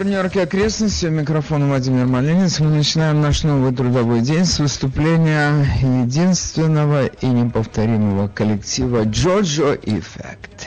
Нью-Йорке окрестности, микрофон Владимир Малинец. Мы начинаем наш новый трудовой день с выступления единственного и неповторимого коллектива JoJo Effect.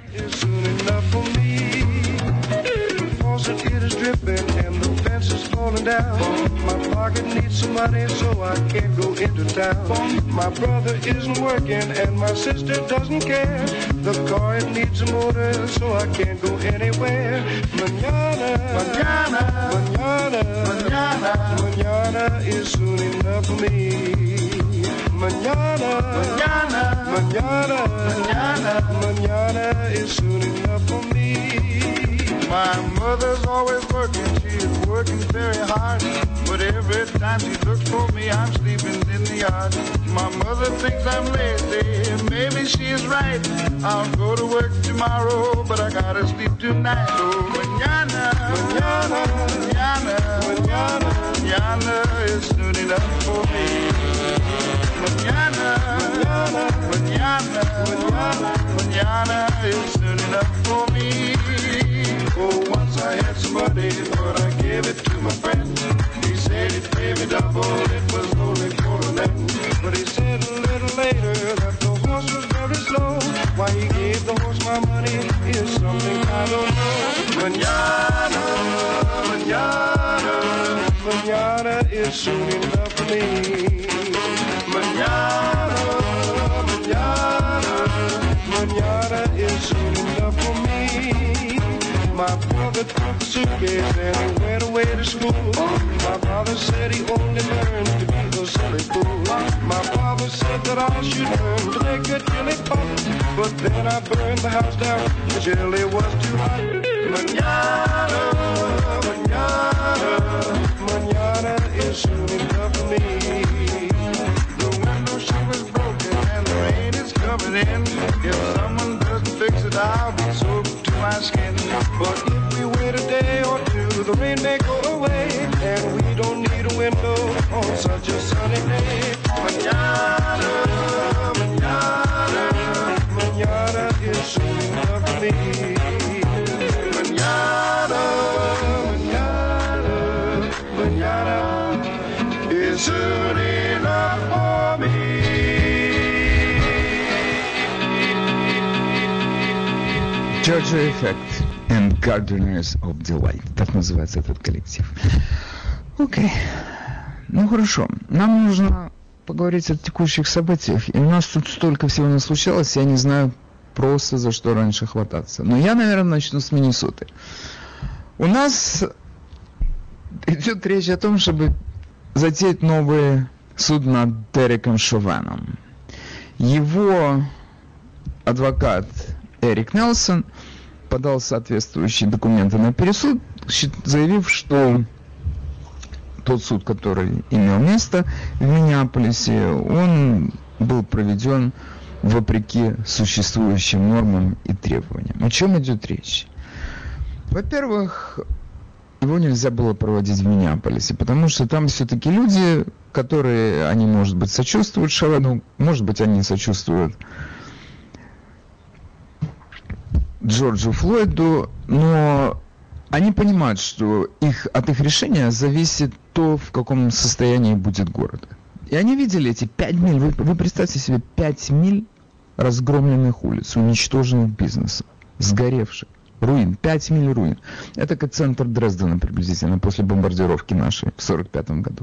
My pocket needs some money, so I can't go into town. My brother isn't working, and my sister doesn't care. The car, it needs a motor, so I can't go anywhere. Mañana, mañana, mañana, mañana, mañana is soon enough for me. Mañana, mañana, mañana, mañana, mañana is soon enough for me. My mother's always working, she's working very hard. But every time she looks for me, I'm sleeping in the yard. My mother thinks I'm lazy, maybe she is right. I'll go to work tomorrow, but I gotta sleep tonight. Oh, mañana, mañana, mañana, mañana, mañana is soon enough for me. Mañana, mañana, mañana, mañana, mañana is soon enough for me. Oh, once I had some money, but I gave it to my friend. He said he'd pay me double, it was only for a lend. But he said a little later that the horse was very slow. Why he gave the horse my money is something I don't know. Mañana, mañana, mañana is soon enough for me. Mañana, mañana, mañana is soon enough for me. My brother took a suitcase and he went away to school. My father said he only learned to be a silly fool. My father said that I should learn to make a chili pot. But then I burned the house down, the chili was too hot. Mañana, mañana, mañana is soon enough for me. The window she was broken and the rain is coming in. If someone doesn't fix it, I'll be soaked to my skin. But if we wait a day or two, the rain may go away, and we don't need a window on such a sunny day. Mañana, mañana, mañana is soon enough for me. Mañana, mañana, mañana is soon enough for me. JoJo Effect and Gardeners of Delight. Так называется этот коллектив. Окей. Ну хорошо. Нам нужно поговорить о текущих событиях. И у нас тут столько всего не случалось, я не знаю просто за что раньше хвататься. Но я, наверное, начну с Миннесоты. У нас идет речь о том, чтобы затеять новый суд над Дереком Шовеном. Его адвокат Эрик Нельсон подал соответствующие документы на пересуд, заявив, что тот суд, который имел место в Миннеаполисе, он был проведен вопреки существующим нормам и требованиям. О чем идет речь? Во-первых, его нельзя было проводить в Миннеаполисе, потому что там все-таки люди, которые, они, может быть, сочувствуют Шовену, может быть, они сочувствуют Джорджу Флойду, но они понимают, что от их решения зависит то, в каком состоянии будет город. И они видели эти 5 миль, вы представьте себе 5 миль разгромленных улиц, уничтоженных бизнесов, сгоревших, руин, 5 миль руин. Это как центр Дрездена приблизительно после бомбардировки нашей в 1945 году.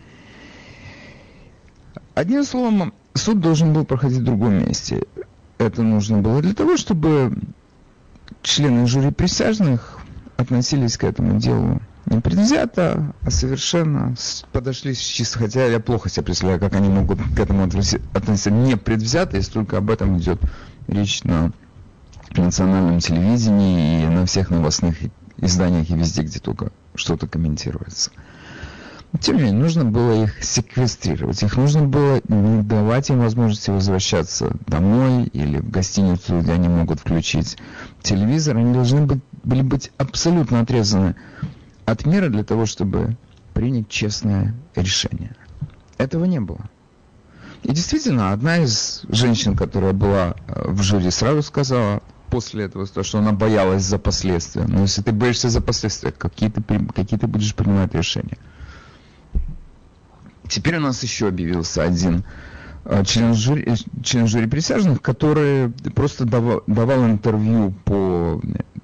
Одним словом, суд должен был проходить в другом месте. Это нужно было для того, чтобы члены жюри присяжных относились к этому делу не предвзято, а совершенно подошли с чисто, хотя я плохо себе представляю, как они могут к этому относиться не предвзято, если только об этом идет речь на национальном телевидении и на всех новостных изданиях и везде, где только что-то комментируется. Тем не менее, нужно было их секвестрировать. Их нужно было не давать им возможности возвращаться домой или в гостиницу, где они могут включить телевизор. Они должны были быть абсолютно отрезаны от мира для того, чтобы принять честное решение. Этого не было. И действительно, одна из женщин, которая была в жюри, сразу сказала, после этого, то, что она боялась за последствия. Но если ты боишься за последствия, какие ты будешь принимать решения? Теперь у нас еще объявился один член жюри присяжных, который просто давал интервью по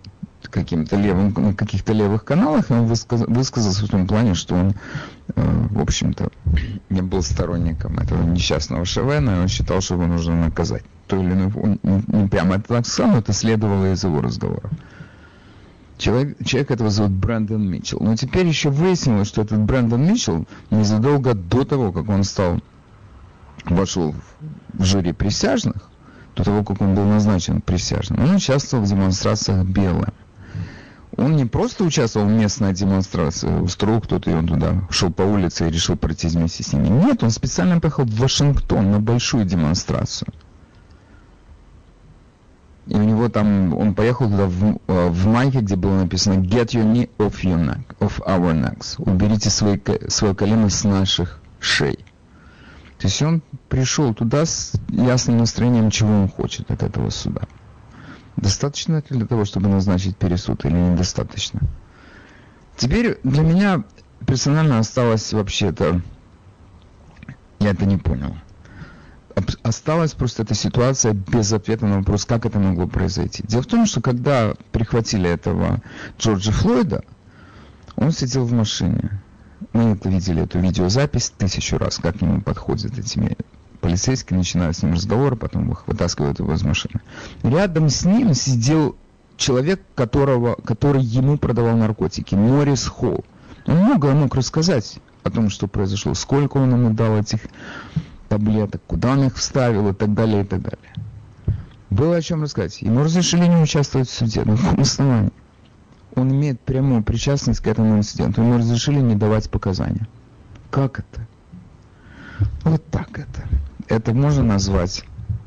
на каких-то левых каналах, и он высказался в том плане, что он, в общем-то, не был сторонником этого несчастного Шевена, и он считал, что его нужно наказать. То или иное, он не прямо это так сказал, но это следовало из его разговора. Человек этого зовут Брэндон Митчелл. Но теперь еще выяснилось, что этот Брэндон Митчелл незадолго до того, как он вошел в жюри присяжных, до того, как он был назначен присяжным, он участвовал в демонстрациях БЛМ. Он не просто участвовал в местной демонстрации, устроил кто-то, и он туда шел по улице и решил пройти вместе с ними. Нет, он специально поехал в Вашингтон на большую демонстрацию. И у него там, он поехал туда в майке, где было написано «Get your knee off our necks». «Уберите свое колено с наших шей». То есть он пришел туда с ясным настроением, чего он хочет от этого суда. Достаточно это для того, чтобы назначить пересуд, или недостаточно? Теперь для меня персонально осталось вообще-то, я это не понял. Осталась просто эта ситуация без ответа на вопрос, как это могло произойти. Дело в том, что когда прихватили этого Джорджа Флойда, он сидел в машине. Мы это видели, эту видеозапись 1000 раз, как к нему подходят эти полицейские, начинают с ним разговор, потом их вытаскивают его из машины. Рядом с ним сидел человек, который ему продавал наркотики, Моррис Холл. Он многое мог рассказать о том, что произошло, сколько он ему дал этих таблеток, куда он их вставил и так далее, и так далее. Было о чем рассказать. Ему разрешили не участвовать в суде. На каком основании? Он имеет прямую причастность к этому инциденту. Ему разрешили не давать показания. Как это? Вот так это. Это можно назвать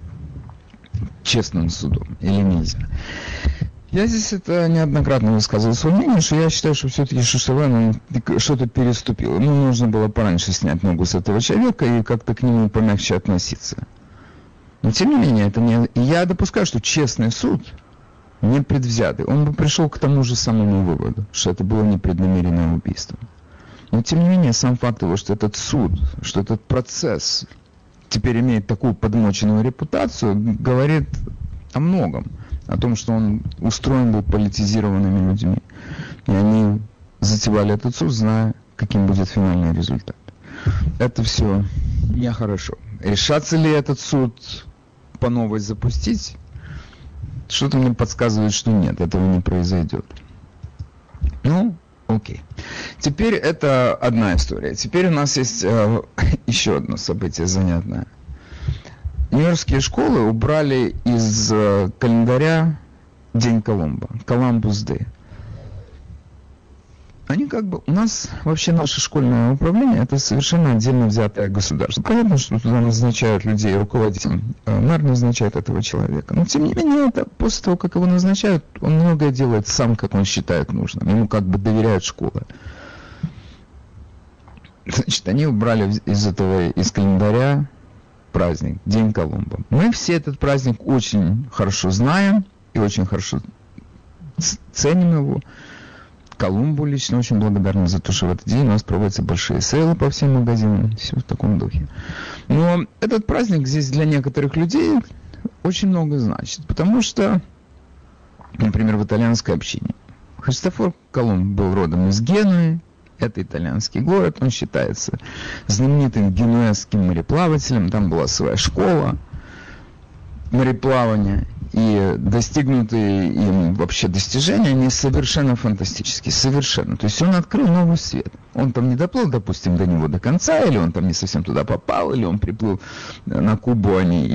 честным судом или нельзя? Я здесь это неоднократно высказывал свое мнение, что я считаю, что все-таки Шевен что-то переступил. Ему нужно было пораньше снять ногу с этого человека и как-то к нему помягче относиться. Но тем не менее, это не... я допускаю, что честный суд, непредвзятый, он бы пришел к тому же самому выводу, что это было непреднамеренное убийство. Но тем не менее, сам факт того, что этот суд, что этот процесс теперь имеет такую подмоченную репутацию, говорит о многом. О том, что он устроен был политизированными людьми. И они затевали этот суд, зная, каким будет финальный результат. Это все нехорошо. Решаться ли этот суд по новой запустить? Что-то мне подсказывает, что нет, этого не произойдет. Ну, окей. Теперь это одна история. Теперь у нас есть еще одно событие занятное. Нью-Йоркские школы убрали из календаря День Колумба, Columbus Day. Они у нас вообще наше школьное управление, это совершенно отдельно взятое государство. Понятно, что туда назначают людей руководителем, мэр назначает этого человека. Но тем не менее, это после того, как его назначают, он многое делает сам, как он считает нужным. Ему доверяют школы. Значит, они убрали из календаря праздник, День Колумба. Мы все этот праздник очень хорошо знаем и очень хорошо ценим его. Колумбу лично очень благодарны за то, что в этот день у нас проводятся большие сейлы по всем магазинам, все в таком духе. Но этот праздник здесь для некоторых людей очень много значит, потому что, например, в итальянской общине Христофор Колумб был родом из Генуи. Это итальянский город, он считается знаменитым генуэзским мореплавателем, там была своя школа мореплавания, и достигнутые им вообще достижения, они совершенно фантастические, совершенно. То есть он открыл новый свет. Он там не доплыл, допустим, до него до конца, или он там не совсем туда попал, или он приплыл на Кубу,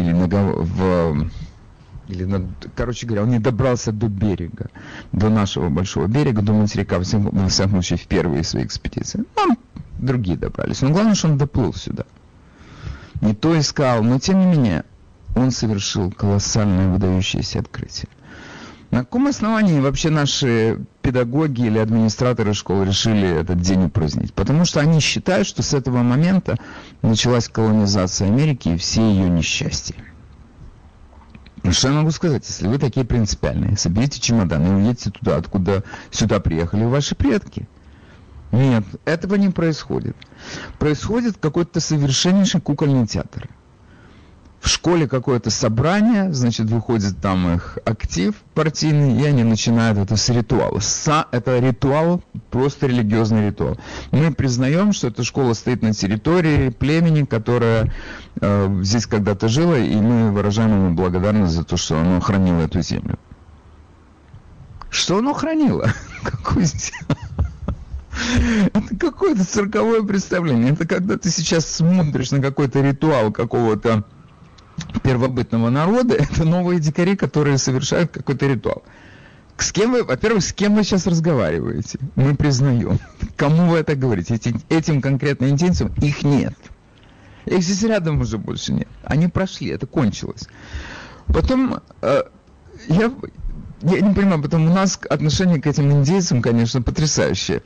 короче говоря, он не добрался до берега, до нашего большого берега, до материка, во всяком случае, в первые свои экспедиции. Ну, другие добрались. Но главное, что он доплыл сюда. Не то искал, но тем не менее, он совершил колоссальное выдающееся открытие. На каком основании вообще наши педагоги или администраторы школ решили этот день упразднить? Потому что они считают, что с этого момента началась колонизация Америки и все ее несчастья. Что я могу сказать, если вы такие принципиальные, соберите чемодан и уедете туда, откуда сюда приехали ваши предки. Нет, этого не происходит. Происходит какой-то совершеннейший кукольный театр. В школе какое-то собрание, значит, выходит там их актив партийный, и они начинают это с ритуала. Это ритуал, просто религиозный ритуал. Мы признаем, что эта школа стоит на территории племени, которое здесь когда-то жило, и мы выражаем ему благодарность за то, что оно хранило эту землю. Что оно хранило? Какую землю? Это какое-то цирковое представление. Это когда ты сейчас смотришь на какой-то ритуал какого-то первобытного народа, это новые дикари, которые совершают какой-то ритуал. С кем вы, во-первых, с кем вы сейчас разговариваете? Мы признаем. Кому вы это говорите? Этим конкретно индейцам их нет. Их здесь рядом уже больше нет. Они прошли, это кончилось. Потом, я не понимаю, потом у нас отношение к этим индейцам, конечно, потрясающее.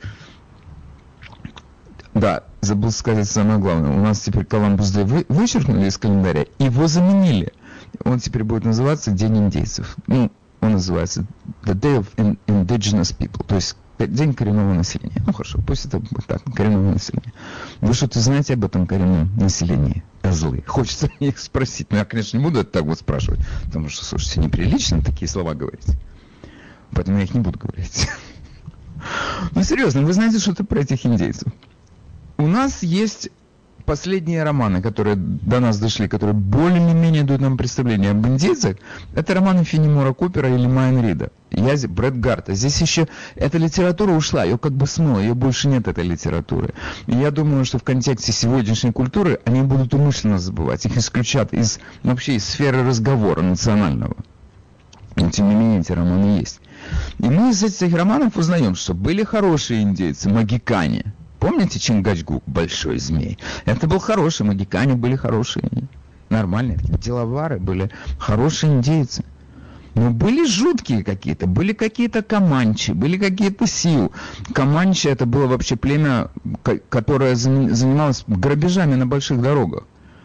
Да, забыл сказать самое главное. У нас теперь Коламбус Дэй вычеркнули из календаря, его заменили. Он теперь будет называться День индейцев. Ну, он называется The Day of Indigenous People, то есть День коренного населения. Ну хорошо, пусть это будет так, коренное население. Вы что-то знаете об этом коренном населении? Козлы. Хочется их спросить. Но я, конечно, не буду это так вот спрашивать, потому что, слушайте, неприлично такие слова говорить. Поэтому я их не буду говорить. Ну, серьезно, вы знаете что-то про этих индейцев? У нас есть последние романы, которые до нас дошли, которые более-менее дают нам представление об индейцах. Это романы Фенемора Купера или Майн Рида. Брэд Гарта. Здесь еще эта литература ушла, ее как бы смыло, ее больше нет, этой литературы. И я думаю, что в контексте сегодняшней культуры они будут умышленно забывать, их исключат вообще из сферы разговора национального. Но тем не менее эти романы есть. И мы из этих романов узнаем, что были хорошие индейцы, магикане. Помните Чингачгук, большой змей? Это был хороший, магикане были хорошие, нормальные, деловары были, хорошие индейцы. Но были жуткие какие-то, были какие-то команчи, были какие-то сиу. Команчи — это было вообще племя, которое занималось грабежами на больших дорогах.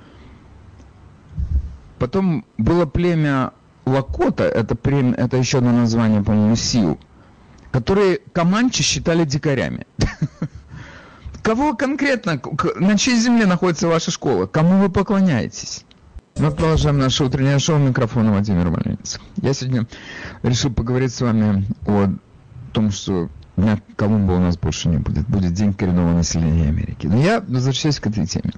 Потом было племя Лакота, это еще одно название, по-моему, сиу, которые команчи считали дикарями. Кого конкретно, на чьей земле находится ваша школа? Кому вы поклоняетесь? Мы продолжаем наше утреннее шоу. Микрофон Владимир Вольнец. Я сегодня решил поговорить с вами о том, что Дня Колумба у нас больше не будет. Будет День коренного населения Америки. Но я возвращаюсь к этой теме.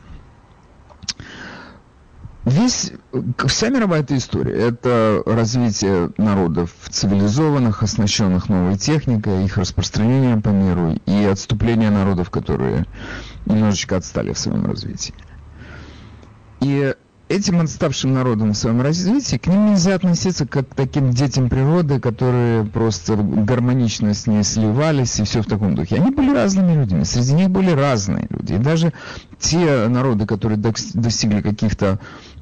Вся мировая эта история – это развитие народов цивилизованных, оснащенных новой техникой, их распространение по миру и отступление народов, которые немножечко отстали в своем развитии. И этим отставшим народам в своем развитии к ним нельзя относиться как к таким детям природы, которые просто гармонично с ней сливались и все в таком духе. Они были разными людьми, среди них были разные люди. И даже те народы, которые достигли каких-то,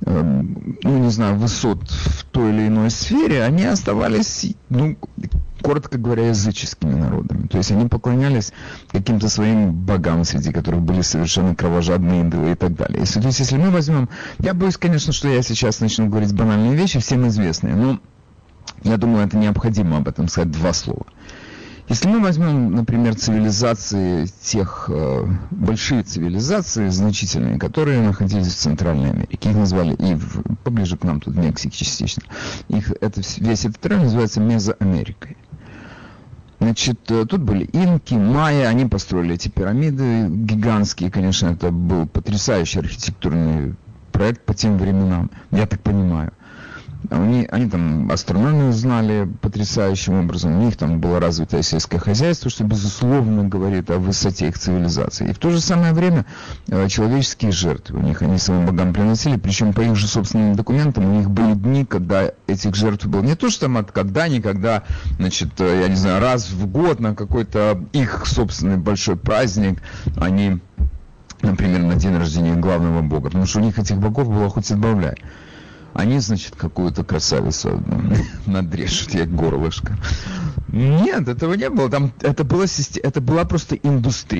высот в той или иной сфере, они оставались, коротко говоря, языческими народами. То есть они поклонялись каким-то своим богам, среди которых были совершенно кровожадные идолы и так далее. То есть если мы возьмем... Я боюсь, конечно, что я сейчас начну говорить банальные вещи, всем известные, но я думаю, это необходимо об этом сказать два слова. Если мы возьмем, например, цивилизации, большие цивилизации, значительные, которые находились в Центральной Америке, их назвали поближе к нам, тут в Мексике частично, весь этот район называется Мезоамерикой. Значит, тут были инки, майя, они построили эти пирамиды гигантские, конечно, это был потрясающий архитектурный проект по тем временам, я так понимаю. Они там астрономию знали потрясающим образом, у них там было развитое сельское хозяйство, что, безусловно, говорит о высоте их цивилизации. И в то же самое время человеческие жертвы у них, они своим богам приносили, причем по их же собственным документам у них были дни, когда этих жертв было не то, что там никогда, раз в год на какой-то их собственный большой праздник, они, например, на день рождения главного бога, потому что у них этих богов было хоть отбавляй. Они, какую-то красавицу надрежут, ей горлышко. Нет, этого не было. Это была просто индустрия.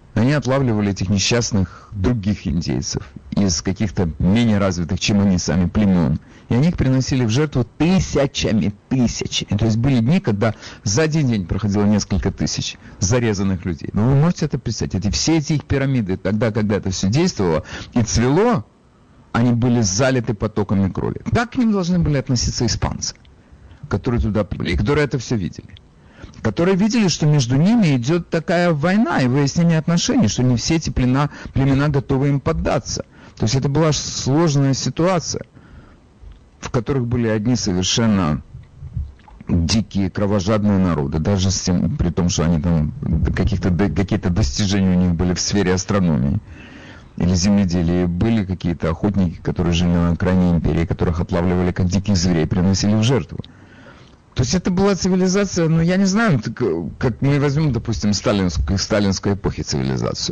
Они отлавливали этих несчастных других индейцев из каких-то менее развитых, чем они сами, племен. И они их приносили в жертву тысячами. То есть были дни, когда за один день проходило несколько тысяч зарезанных людей. Но вы можете это представить? Все эти их пирамиды, тогда, когда это все действовало и цвело, они были залиты потоками крови. Как к ним должны были относиться испанцы, которые туда прибыли, которые это все видели? Которые видели, что между ними идет такая война и выяснение отношений, что не все эти племена готовы им поддаться. То есть это была сложная ситуация, в которых были одни совершенно дикие, кровожадные народы, даже при том, что они там какие-то достижения у них были в сфере астрономии или земледелия. Были какие-то охотники, которые жили на окраине империи, которых отлавливали как диких зверей, приносили в жертву. То есть это была цивилизация, ну я не знаю, как мы возьмем, допустим, сталинской эпохи цивилизацию.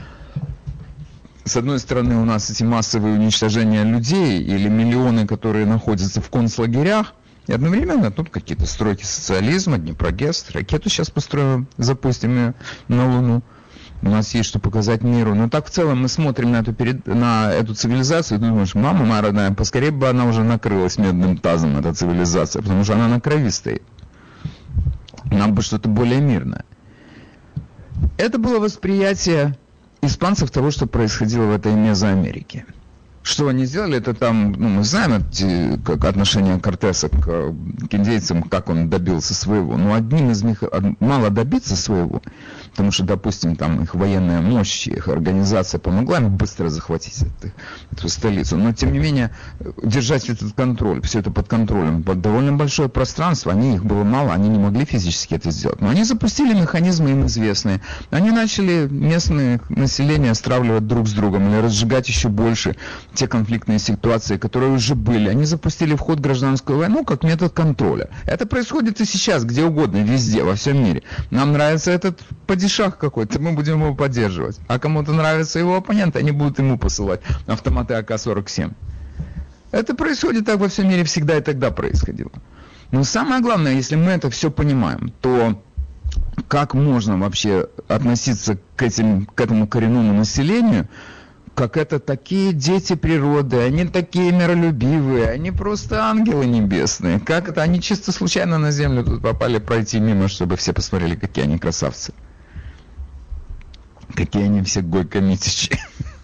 С одной стороны, у нас эти массовые уничтожения людей или миллионы, которые находятся в концлагерях, и одновременно тут какие-то стройки социализма, Днепрогэс, ракету сейчас построим, запустим ее на Луну. У нас есть что показать миру. Но так в целом мы смотрим на эту цивилизацию и думаешь, мама моя родная, поскорее бы она уже накрылась медным тазом, эта цивилизация, потому что она на крови стоит. Нам бы что-то более мирное. Это было восприятие испанцев того, что происходило в этой Мезоамерике. Что они сделали, это там, мы знаем как отношение Кортеса к индейцам, как он добился своего. Но одним из них мало добиться своего, потому что, допустим, там их военная мощь, их организация помогла им быстро захватить эту столицу. Но, тем не менее, держать этот контроль, все это под контролем, под довольно большое пространство, их было мало, они не могли физически это сделать. Но они запустили механизмы им известные. Они начали местное население стравливать друг с другом или разжигать еще больше те конфликтные ситуации, которые уже были. Они запустили в ход гражданскую войну как метод контроля. Это происходит и сейчас, где угодно, везде, во всем мире. Нам нравится этот падишах какой-то, мы будем его поддерживать. А кому-то нравится его оппонент, они будут ему посылать автоматы АК-47. Это происходит так во всем мире всегда и тогда происходило. Но самое главное, если мы это все понимаем, то как можно вообще относиться к этому коренному населению, как это такие дети природы, они такие миролюбивые, они просто ангелы небесные. Как это? Они чисто случайно на землю тут попали пройти мимо, чтобы все посмотрели, какие они красавцы. Какие они все горько-митичи.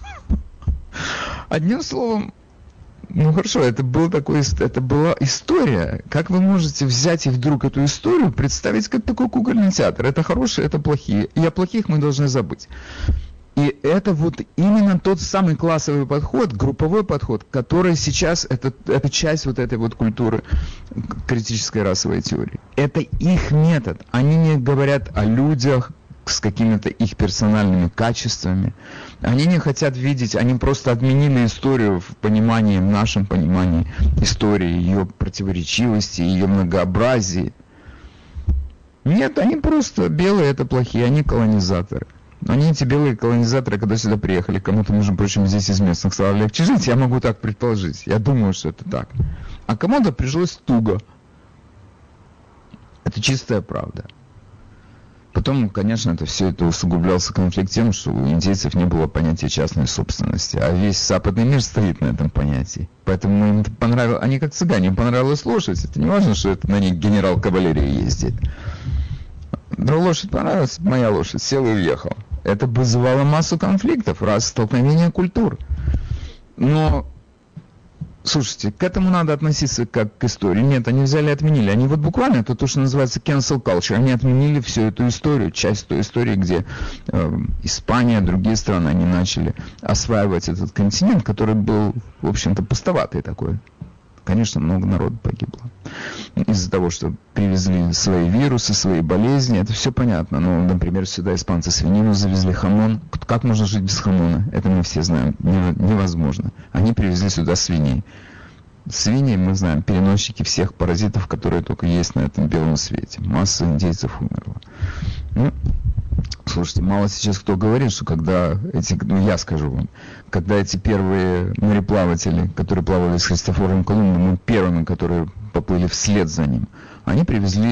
Одним словом, хорошо, это была история. Как вы можете взять и вдруг эту историю представить как такой кукольный театр? Это хорошие, это плохие. И о плохих мы должны забыть. И это вот именно тот самый классовый подход, групповой подход, который сейчас, это часть вот этой вот культуры критической расовой теории. Это их метод. Они не говорят о людях с какими-то их персональными качествами. Они не хотят видеть, они просто отменили историю в понимании, в нашем понимании истории, ее противоречивости, ее многообразии. Нет, они просто белые, это плохие, они колонизаторы. Они эти белые колонизаторы, когда сюда приехали, кому-то, между прочим, здесь из местных стали легче жить, я могу так предположить. Я думаю, что это так. А кому-то пришлось туго. Это чистая правда. Потом, конечно, все это усугублялся конфликт тем, что у индейцев не было понятия частной собственности, а весь западный мир стоит на этом понятии. Поэтому им понравилось, они как цыгане, им понравилась лошадь. Это не важно, что это на ней генерал кавалерии ездит. Но лошадь понравилась, моя лошадь, сел и уехал. Это вызывало массу конфликтов, столкновения культур. Но, слушайте, к этому надо относиться как к истории. Нет, они взяли и отменили. Они вот буквально, это то, что называется cancel culture. Они отменили всю эту историю, часть той истории, где Испания, другие страны, они начали осваивать этот континент, который был, в общем-то, пустоватый такой. Конечно, много народу погибло. Из-за того, что привезли свои вирусы, свои болезни, это все понятно. Но, например, сюда испанцы свинину завезли, хамон. Как можно жить без хамона? Это мы все знаем. Невозможно. Они привезли сюда свиней. Свиньи, мы знаем, переносчики всех паразитов, которые только есть на этом белом свете. Масса индейцев умерла. Слушайте, мало сейчас кто говорит, что когда я скажу вам, когда эти первые мореплаватели, которые плавали с Христофором Колумбом, первыми, которые поплыли вслед за ним, они привезли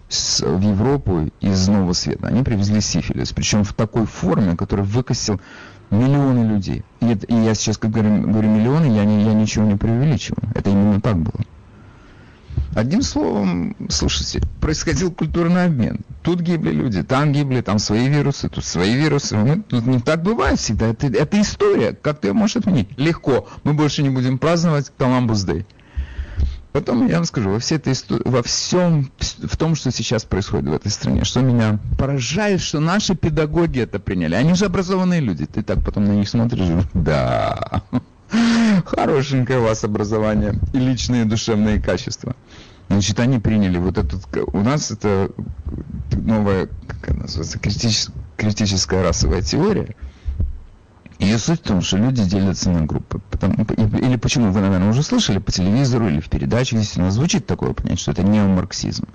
в Европу из Нового Света. Они привезли сифилис, причем в такой форме, который выкосил миллионы людей. И я сейчас, как говорю миллионы, я ничего не преувеличиваю. Это именно так было. Одним словом, слушайте, происходил культурный обмен. Тут гибли люди, там гибли, там свои вирусы, тут свои вирусы. Тут не так бывает всегда. Это история. Как ты ее можешь отменить? Легко. Мы больше не будем праздновать Columbus Day. Потом я вам скажу, во всем, в том, что сейчас происходит в этой стране, что меня поражает, что наши педагоги это приняли. Они же образованные люди. Ты так потом на них смотришь, да, хорошенькое у вас образование и личные душевные качества. Значит, они приняли вот этот, у нас это новая, как она называется, критическая расовая теория. Ее суть в том, что люди делятся на группы. Или почему, вы, наверное, уже слышали по телевизору или в передачах, здесь у нас звучит такое понятие, что это неомарксизм.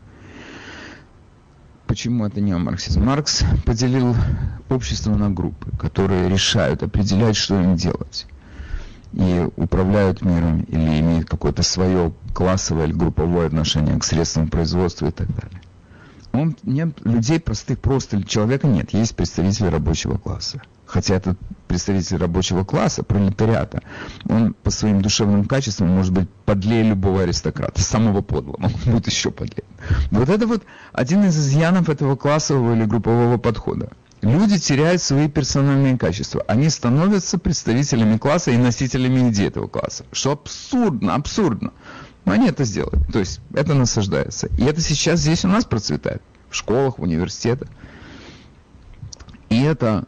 Почему это неомарксизм? Маркс поделил общество на группы, которые решают, определяют, что им делать. И управляют миром, или имеют какое-то свое классовое или групповое отношение к средствам производства и так далее. Нет людей простых, просто человека нет. Есть представители рабочего класса. Хотя этот представитель рабочего класса, пролетариата, он по своим душевным качествам может быть подлее любого аристократа, самого подлого, он будет еще подлее. Вот это вот один из изъянов этого классового или группового подхода. Люди теряют свои персональные качества. Они становятся представителями класса и носителями идей этого класса. Что абсурдно. Но они это сделают. То есть это насаждается. И это сейчас здесь у нас процветает. В школах, в университетах. И этот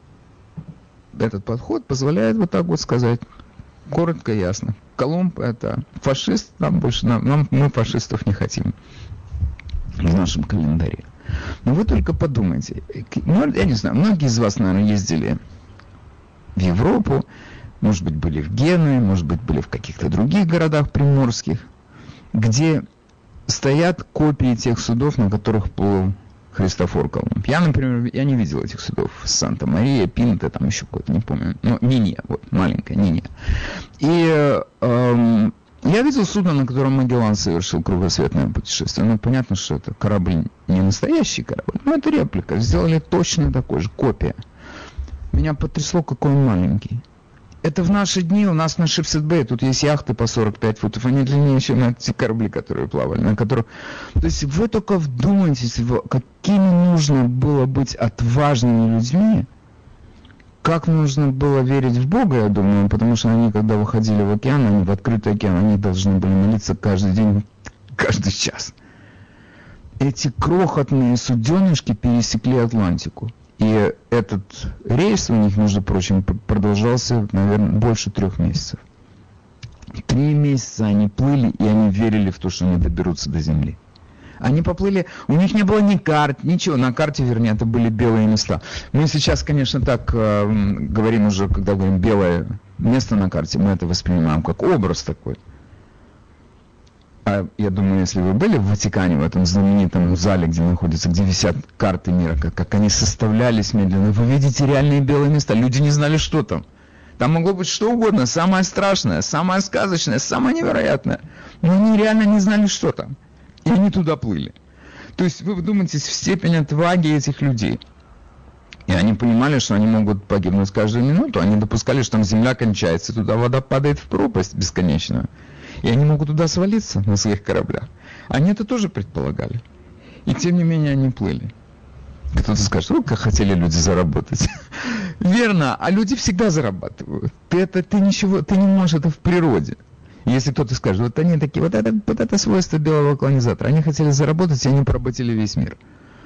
подход позволяет вот так вот сказать, коротко и ясно. Колумб это фашист, мы фашистов не хотим в нашем календаре. Но вы только подумайте, я не знаю, многие из вас, наверное, ездили в Европу, может быть, были в Генуе, может быть, были в каких-то других городах приморских, где стоят копии тех судов, на которых плыл Христофор Колумб. Я, например, не видел этих судов. Санта-Мария, Пинта, там еще какой-то, не помню. Но Нинья, вот, маленькая Нинья. И я видел судно, на котором Магеллан совершил кругосветное путешествие. Ну, понятно, что это корабль не настоящий корабль, но это реплика. Сделали точно такой же, копия. Меня потрясло, какой он маленький. Это в наши дни, у нас на Шипсет-Бэй, тут есть яхты по 45 футов, они длиннее, чем эти корабли, которые плавали, на которых... То есть вы только вдумайтесь, какими нужно было быть отважными людьми, как нужно было верить в Бога, я думаю, потому что они, когда выходили в океан, они в открытый океан, они должны были молиться каждый день, каждый час. Эти крохотные суденышки пересекли Атлантику. И этот рейс у них, между прочим, продолжался, наверное, больше 3 месяцев. 3 месяца они плыли, и они верили в то, что они доберутся до земли. Они поплыли, у них не было ни карт, ничего. На карте, вернее, это были белые места. Мы сейчас, конечно, так говорим уже, когда говорим белое место на карте, мы это воспринимаем как образ такой. А я думаю, если вы были в Ватикане, в этом знаменитом зале, где висят карты мира, как они составлялись медленно, вы видите реальные белые места. Люди не знали, что там. Там могло быть что угодно, самое страшное, самое сказочное, самое невероятное. Но они реально не знали, что там. И они туда плыли. То есть вы вдумайтесь в степень отваги этих людей. И они понимали, что они могут погибнуть каждую минуту. Они допускали, что там земля кончается, туда вода падает в пропасть бесконечную. И они могут туда свалиться на своих кораблях. Они это тоже предполагали. И тем не менее они плыли. Кто-то скажет, как хотели люди заработать. Верно, а люди всегда зарабатывают. Ты не можешь, это в природе. Если кто-то скажет, вот они такие, вот это свойство белого колонизатора. Они хотели заработать, и они поработили весь мир.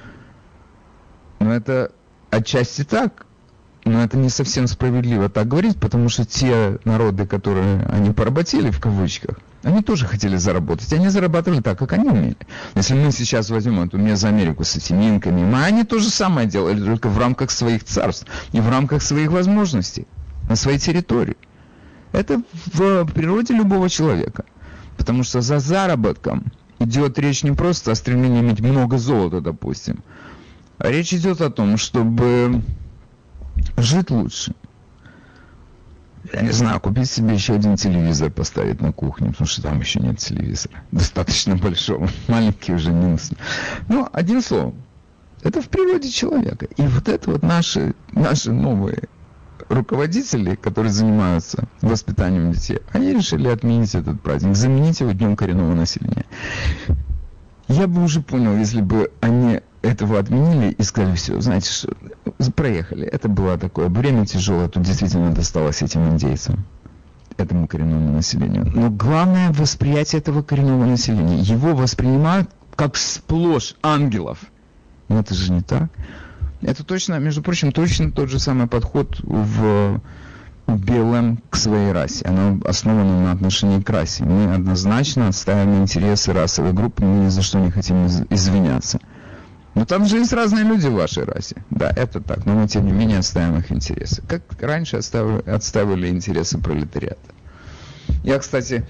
Но это отчасти так. Но это не совсем справедливо так говорить, потому что те народы, которые они поработили, в кавычках, они тоже хотели заработать. Они зарабатывали так, как они умели. Если мы сейчас возьмем эту Мезоамерику с этими инками, они то же самое делали, только в рамках своих царств и в рамках своих возможностей, на своей территории. Это в природе любого человека. Потому что за заработком идет речь не просто о стремлении иметь много золота, допустим, а речь идет о том, чтобы жить лучше. я не знаю, купить себе еще один телевизор, поставить на кухню, потому что там еще нет телевизора. Достаточно большого. Маленький уже минус. Ну, одним словом, это в природе человека. И вот это вот наши новые руководители, которые занимаются воспитанием детей, они решили отменить этот праздник, заменить его Днем коренного населения. Я бы уже понял, если бы они этого отменили и сказали, все, знаете что, проехали. Это было такое время тяжелое, тут действительно досталось этим индейцам, этому коренному населению. Но главное восприятие этого коренного населения. Его воспринимают как сплошь ангелов. Но это же не так. Это точно, между прочим, точно тот же самый подход у БЛМ к своей расе. Оно основано на отношении к расе. Мы однозначно отстаиваем интересы расовой группы, мы ни за что не хотим извиняться. Но там же есть разные люди в вашей расе. Да, это так, но мы тем не менее отстаиваем их интересы. Как раньше отстаивали интересы пролетариата. Я, кстати,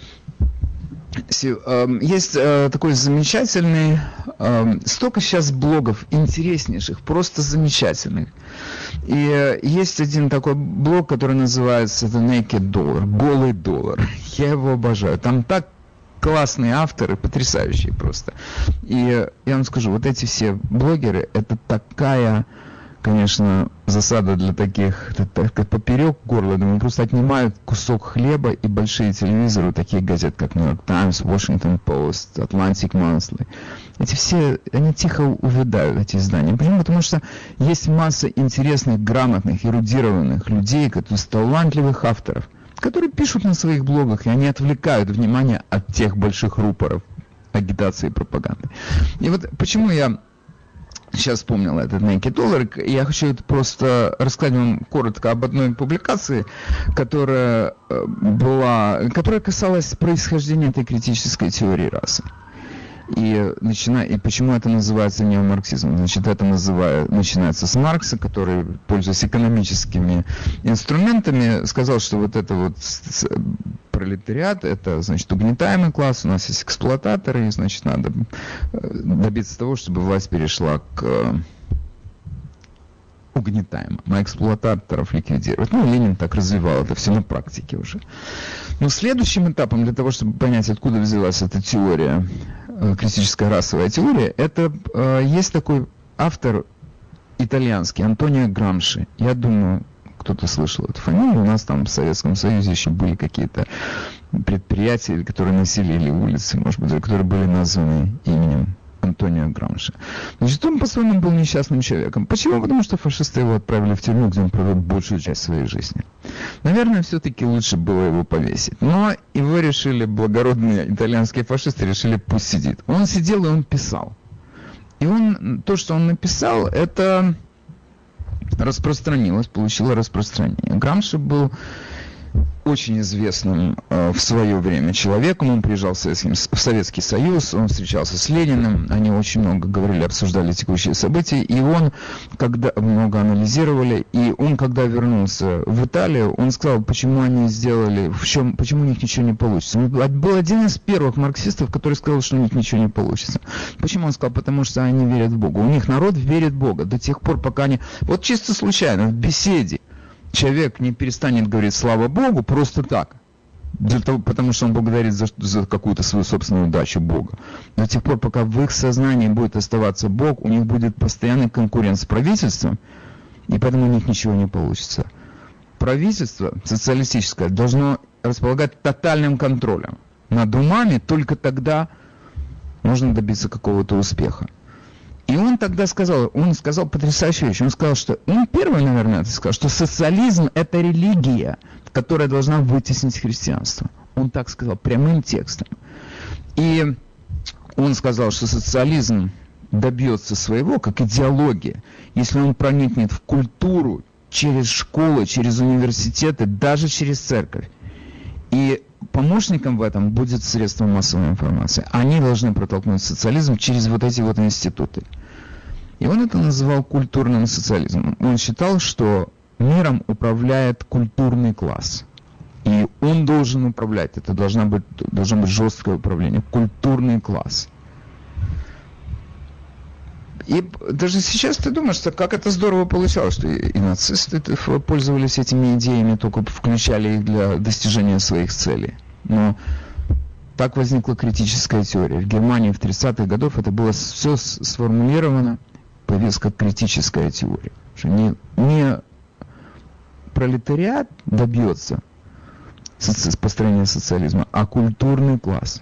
есть такой замечательный, столько сейчас блогов интереснейших, просто замечательных. И есть один такой блог, который называется The Naked Dollar, голый доллар. Я его обожаю. Там так классные авторы, потрясающие просто. И я вам скажу, вот эти все блогеры, это такая, конечно, засада для таких, поперек горла, думаю, просто отнимают кусок хлеба и большие телевизоры, такие газеты, как New York Times, Washington Post, Atlantic Monthly. Эти все, они тихо увядают, эти издания. Почему? Потому что есть масса интересных, грамотных, эрудированных людей, талантливых авторов, которые пишут на своих блогах, и они отвлекают внимание от тех больших рупоров агитации и пропаганды. И вот почему я сейчас вспомнил этот Naked Dollar, я хочу это просто рассказать вам коротко об одной публикации, которая касалась происхождения этой критической теории расы. И почему это называется неомарксизмом? Значит, это начинается с Маркса, который, пользуясь экономическими инструментами, сказал, что вот это вот пролетариат, это, значит, угнетаемый класс, у нас есть эксплуататоры, и, значит, надо добиться того, чтобы власть перешла к угнетаемым, а эксплуататоров ликвидировать. Ну, Ленин так развивал это все на практике уже. Но следующим этапом для того, чтобы понять, откуда взялась эта теория, критическая расовая теория, это есть такой автор итальянский, Антонио Грамши. Я думаю, кто-то слышал эту фамилию. У нас там в Советском Союзе еще были какие-то предприятия, которые населили улицы, может быть, которые были названы именем Антонио Грамши. Значит, он по-своему был несчастным человеком. Почему? Потому что фашисты его отправили в тюрьму, где он провел большую часть своей жизни. Наверное, все-таки лучше было его повесить. Но его решили, благородные итальянские фашисты решили, пусть сидит. Он сидел и он писал. И то, что он написал, это распространилось, получило распространение. Грамши был очень известным в свое время человеком. Он приезжал в Советский Союз, он встречался с Лениным, они очень много говорили, обсуждали текущие события, и он, когда много анализировали, и он, когда вернулся в Италию, он сказал, почему они сделали, почему у них ничего не получится. Он был один из первых марксистов, который сказал, что у них ничего не получится. Почему он сказал? Потому что они верят в Бога. У них народ верит в Бога до тех пор, пока они... Вот чисто случайно, в беседе, человек не перестанет говорить «слава Богу» просто так, потому что он благодарит за какую-то свою собственную удачу Бога. До тех пор, пока в их сознании будет оставаться Бог, у них будет постоянный конкурент с правительством, и поэтому у них ничего не получится. Правительство социалистическое должно располагать тотальным контролем над умами, только тогда можно добиться какого-то успеха. И он тогда сказал потрясающую вещь. Он сказал, что он первый, наверное, сказал, что социализм – это религия, которая должна вытеснить христианство. Он так сказал прямым текстом. И он сказал, что социализм добьется своего, как идеология, если он проникнет в культуру через школы, через университеты, даже через церковь. И помощником в этом будет средство массовой информации. Они должны протолкнуть социализм через вот эти вот институты. И он это называл культурным социализмом. Он считал, что миром управляет культурный класс. И он должен управлять. Это должно быть жесткое управление. Культурный класс. И даже сейчас ты думаешь, что как это здорово получалось, что и нацисты пользовались этими идеями, только включали их для достижения своих целей. Но так возникла критическая теория. В Германии в 30-х годах это было все сформулировано, появилась как критическая теория. Что не пролетариат добьется построения социализма, а культурный класс.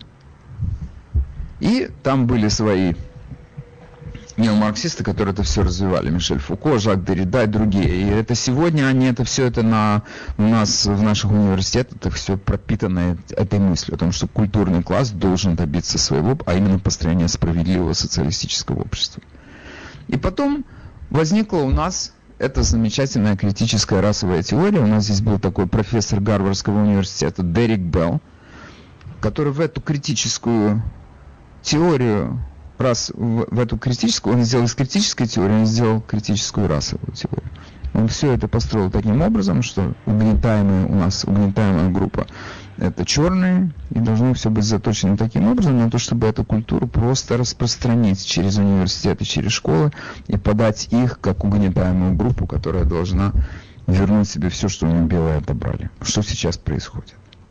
И там были свои неомарксисты, которые это все развивали. Мишель Фуко, Жак Деррида и другие. И это сегодня они все это у нас в наших университетах все пропитано этой мыслью о том, что культурный класс должен добиться своего, а именно построения справедливого социалистического общества. И потом возникла у нас эта замечательная критическая расовая теория. У нас здесь был такой профессор Гарвардского университета Дерек Белл, который в эту критическую теорию, в эту критическую, он сделал из критической теории, он сделал критическую расовую теорию. Он все это построил таким образом, что угнетаемая группа это черные, и должно все быть заточено таким образом на то, чтобы эту культуру просто распространить через университеты, через школы и подать их как угнетаемую группу, которая должна вернуть себе все, что у них белые отобрали. Что сейчас происходит?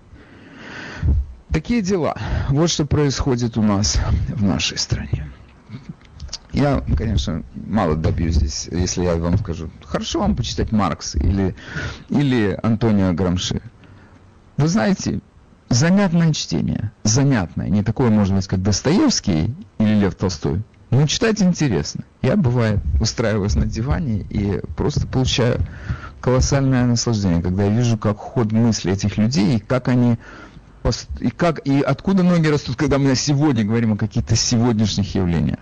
Такие дела. Вот что происходит у нас в нашей стране. Я, конечно, мало добьюсь здесь, если я вам скажу, хорошо вам почитать Маркса или Антонио Грамши. Вы знаете, занятное чтение, занятное, не такое, может быть, как Достоевский или Лев Толстой, но читать интересно. Я, бывает, устраиваюсь на диване и просто получаю колоссальное наслаждение, когда я вижу, как ход мысли этих людей, и как они, и откуда ноги растут, когда мы сегодня говорим о каких-то сегодняшних явлениях.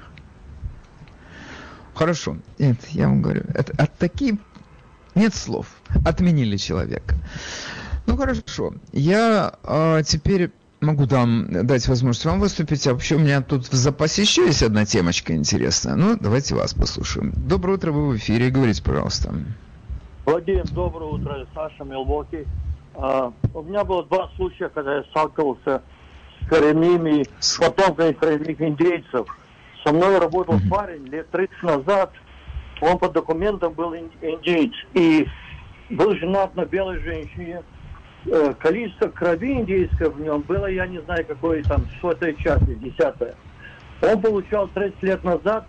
Хорошо, это, я вам говорю, такие нет слов, отменили человека. Ну хорошо, я теперь могу дать возможность вам выступить, а вообще у меня тут в запасе еще есть одна темочка интересная. Ну, давайте вас послушаем. Доброе утро, вы в эфире, говорите, пожалуйста. Владимир, доброе утро, Саша, Милвоки. У меня было 2 случая, когда я сталкивался с потомками коренных индейцев. Со мной работал парень лет 30 назад, он по документам был индейец и был женат на белой женщине. Количество крови индейской в нем было, я не знаю, какой там, 100-я часть, 10-я. Он получал 30 лет назад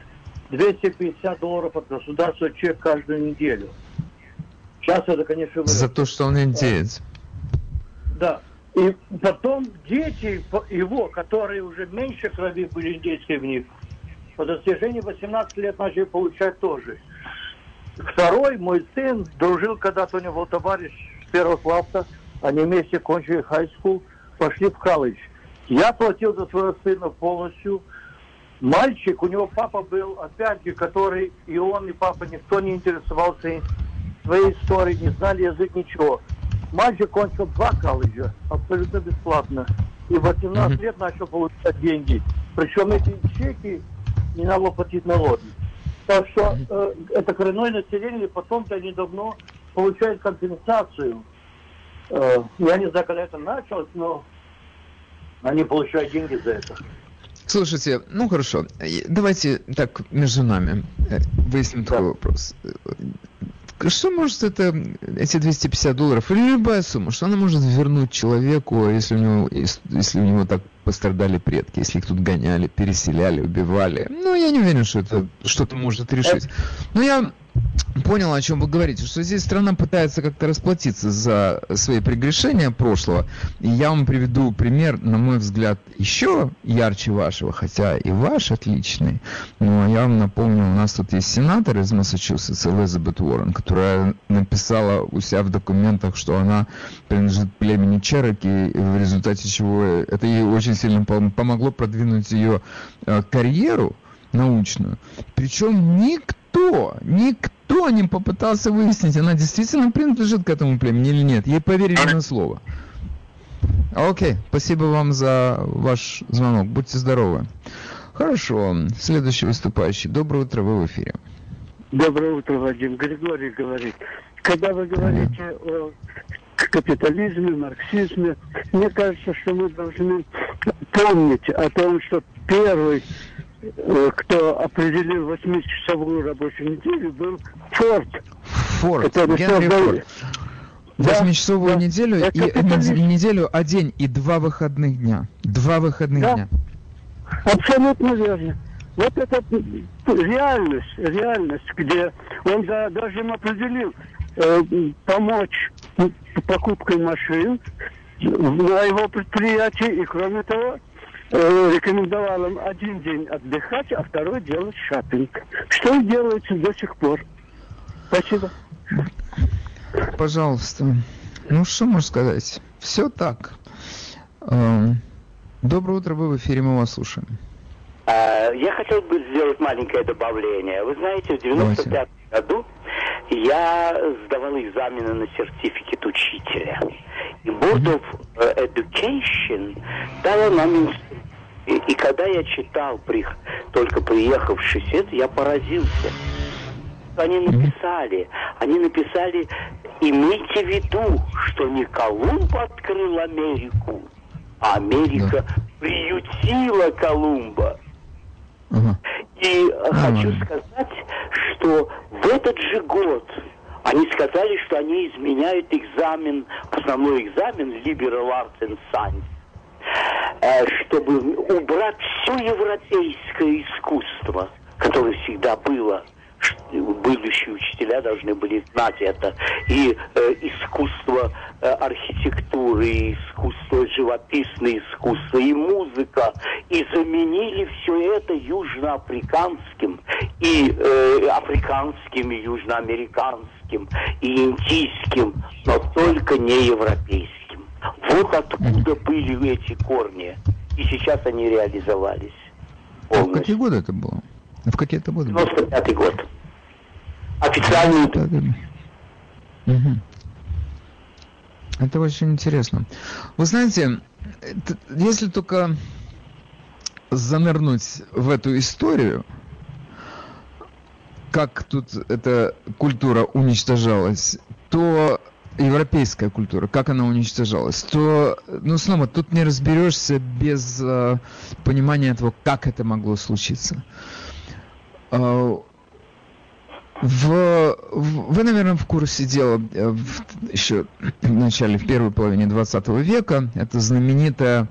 $250 от государства чек каждую неделю. Сейчас это, конечно, выросло. За то, что он индеец. Да. И потом дети его, которые уже меньше крови были индейской в них, по достижении 18 лет начали получать тоже. Второй, мой сын, дружил когда-то, у него был товарищ с 1 класса, они вместе кончили хай-скул, пошли в колледж. Я платил за своего сына полностью. Мальчик, у него папа был, опять же, который и он, и папа, никто не интересовался своей историей, не знали язык, ничего. Мальчик кончил 2 колледжа, абсолютно бесплатно. И в 18 лет начал получать деньги. Причем эти чеки не надо было платить налоги. Так что это коренное население, потомки, они давно получают компенсацию. Я не знаю, когда это началось, но они получают деньги за это. Слушайте, ну хорошо, давайте так между нами выясним такой вопрос. Что может эти $250 или любая сумма, что она может вернуть человеку, если у него так пострадали предки, если их тут гоняли, переселяли, убивали? Ну, я не уверен, что это что-то может решить. Но я понял, о чем вы говорите, что здесь страна пытается как-то расплатиться за свои прегрешения прошлого. И я вам приведу пример, на мой взгляд, еще ярче вашего, хотя и ваш отличный. Но я вам напомню, у нас тут есть сенатор из Массачусетса, Элизабет Уоррен, которая написала у себя в документах, что она принадлежит племени Чероки, в результате чего это ей очень сильно помогло продвинуть ее карьеру научную. Причем никто не попытался выяснить, она действительно принадлежит к этому племени или нет. Ей поверили на слово. Окей, спасибо вам за ваш звонок. Будьте здоровы. Хорошо, следующий выступающий. Доброе утро, вы в эфире. Доброе утро, Вадим. Григорий говорит. Когда вы говорите о капитализме, марксизме, мне кажется, что мы должны помнить о том, что первый кто определил 8-часовую рабочую неделю, был Форд. Генри Форд. 8-часовую неделю и неделю, а день и 2 выходных дня. 2 выходных дня. Абсолютно верно. Вот это реальность, где он даже им определил помочь покупкой машин на его предприятии, и кроме того рекомендовал им 1 день отдыхать, а 2 делать шопинг. Что и делается до сих пор. Спасибо. Пожалуйста. Ну, что можно сказать? Все так. Доброе утро, вы в эфире, мы вас слушаем. Я хотел бы сделать маленькое добавление. Вы знаете, в 95 году я сдавал экзамены на сертификат учителя. И Board of Education дала нам инструкции. И когда я читал, только приехавшись, я поразился. Они написали, имейте в виду, что не Колумб открыл Америку, а Америка приютила Колумба. И хочу сказать, что в этот же год они сказали, что они изменяют основной экзамен Liberal Arts and Science, чтобы убрать все европейское искусство, которое всегда было. Будущие учителя должны были знать это. И искусство архитектуры, и искусство живописное искусство, и музыка. И заменили все это южноафриканским, и африканским, и южноамериканским, и индийским, но только не европейским. Вот откуда были эти корни. И сейчас они реализовались полностью. В какие годы это было? В какие это годы? 95-й год. Официальный. Это очень интересно. Вы знаете, если только занырнуть в эту историю, как тут эта культура уничтожалась, то европейская культура, как она уничтожалась, то, снова, тут не разберешься без понимания того, как это могло случиться. Вы, наверное, в курсе дела еще в первой половине 20 века. Это знаменитый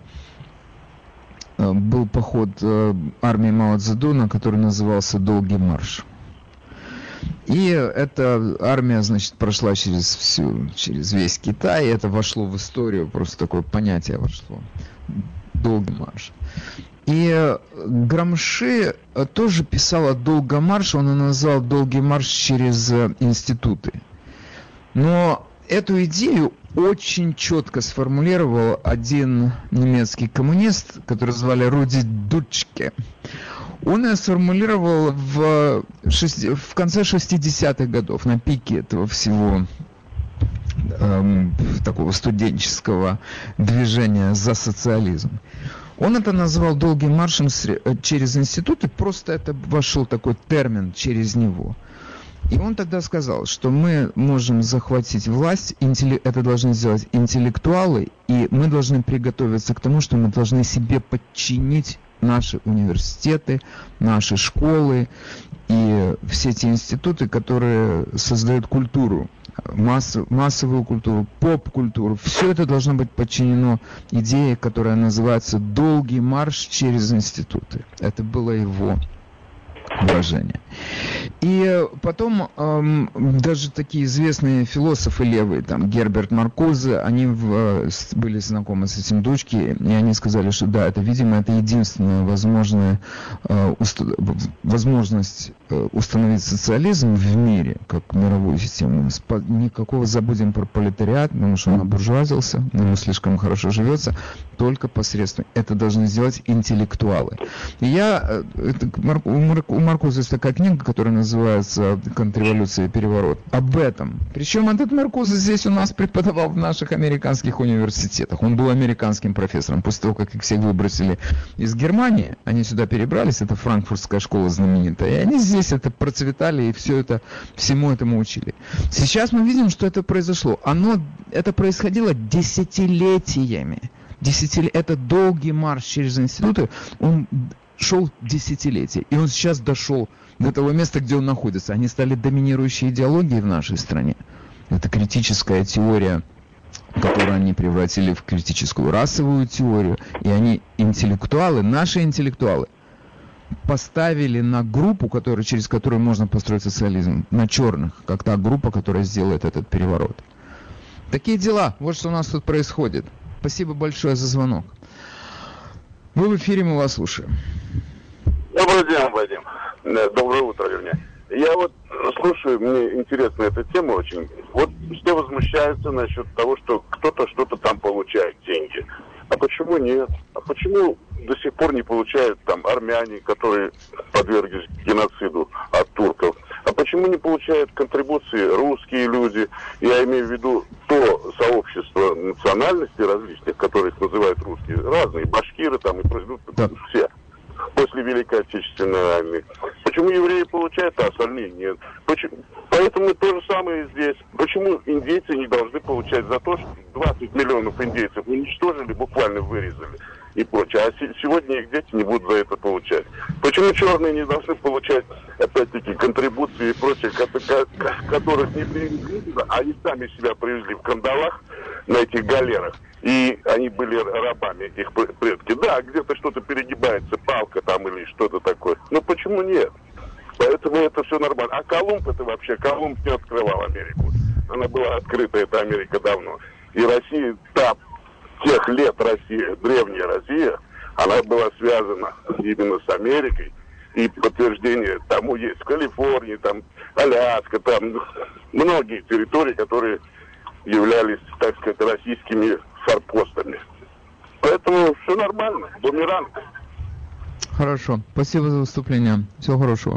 был поход армии Мао Цзэдуна, который назывался «Долгий марш». И эта армия, прошла через весь Китай, и это вошло в историю, просто такое понятие вошло. Долгий марш. И Грамши тоже писал о долгом марше, он назвал долгий марш через институты. Но эту идею очень четко сформулировал один немецкий коммунист, который звали Руди Дутчке. Он ее сформулировал в конце 60-х годов, на пике этого всего такого студенческого движения за социализм. Он это назвал долгим маршем через институты, просто это вошел такой термин через него. И он тогда сказал, что мы можем захватить власть, это должны сделать интеллектуалы, и мы должны приготовиться к тому, что мы должны себе подчинить наши университеты, наши школы и все те институты, которые создают культуру, массовую культуру, поп-культуру. Все это должно быть подчинено идее, которая называется «Долгий марш через институты». Это было его выражение. И потом даже такие известные философы левые, там Герберт Маркузе, они были знакомы с этим Дучки, и они сказали, что да, это, видимо, это единственная возможность установить социализм в мире, как мировую систему. Никакого забудем про пролетариат, потому что он обуржуазился, ему слишком хорошо живется, только посредством. Это должны сделать интеллектуалы. И у Маркузе есть такая книга, которая называется «Контрреволюция и переворот». Об этом. Причем этот Маркузе здесь у нас преподавал в наших американских университетах. Он был американским профессором. После того, как их всех выбросили из Германии, они сюда перебрались, это франкфуртская школа знаменитая, и они здесь это процветали и всему этому учили. Сейчас мы видим, что это произошло. Это происходило десятилетиями. Это долгий марш через институты, он шел десятилетия, и он сейчас дошел до того места, где он находится. Они стали доминирующей идеологией в нашей стране. Это критическая теория, которую они превратили в критическую расовую теорию, и они интеллектуалы, наши интеллектуалы, поставили на группу, через которую можно построить социализм, на черных, как та группа, которая сделает этот переворот. Такие дела. Вот что у нас тут происходит. Спасибо большое за звонок. Вы в эфире, мы вас слушаем. Добрый день, Вадим. Доброе утро, вернее. Я вот слушаю, мне интересна эта тема очень. Вот все возмущаются насчет того, что кто-то что-то там получает деньги. А почему нет? А почему до сих пор не получают там армяне, которые подверглись геноциду от турков? А почему не получают контрибуции русские люди? Я имею в виду то сообщество национальностей различных, которых называют русские, разные, башкиры там и прочее, все, после Великой Отечественной армии. Почему евреи получают, а остальные нет? Поэтому то же самое и здесь. Почему индейцы не должны получать за то, что 20 миллионов индейцев уничтожили, буквально вырезали и прочее. А сегодня их дети не будут за это получать. Почему черные не должны получать, опять-таки, контрибуции и прочее, которых не привезли, а они сами себя привезли в кандалах на этих галерах. И они были рабами, их предки. Да, где-то что-то перегибается, палка там или что-то такое. Но почему нет? Поэтому это все нормально. А Колумб не открывал Америку. Она была открыта, эта Америка, давно. И Россия, тех лет Россия, древняя Россия, она была связана именно с Америкой. И подтверждение тому есть в Калифорнии, там Аляска, там многие территории, которые являлись, так сказать, российскими форпостами. Поэтому все нормально. Бумеранг. Хорошо. Спасибо за выступление. Всего хорошего.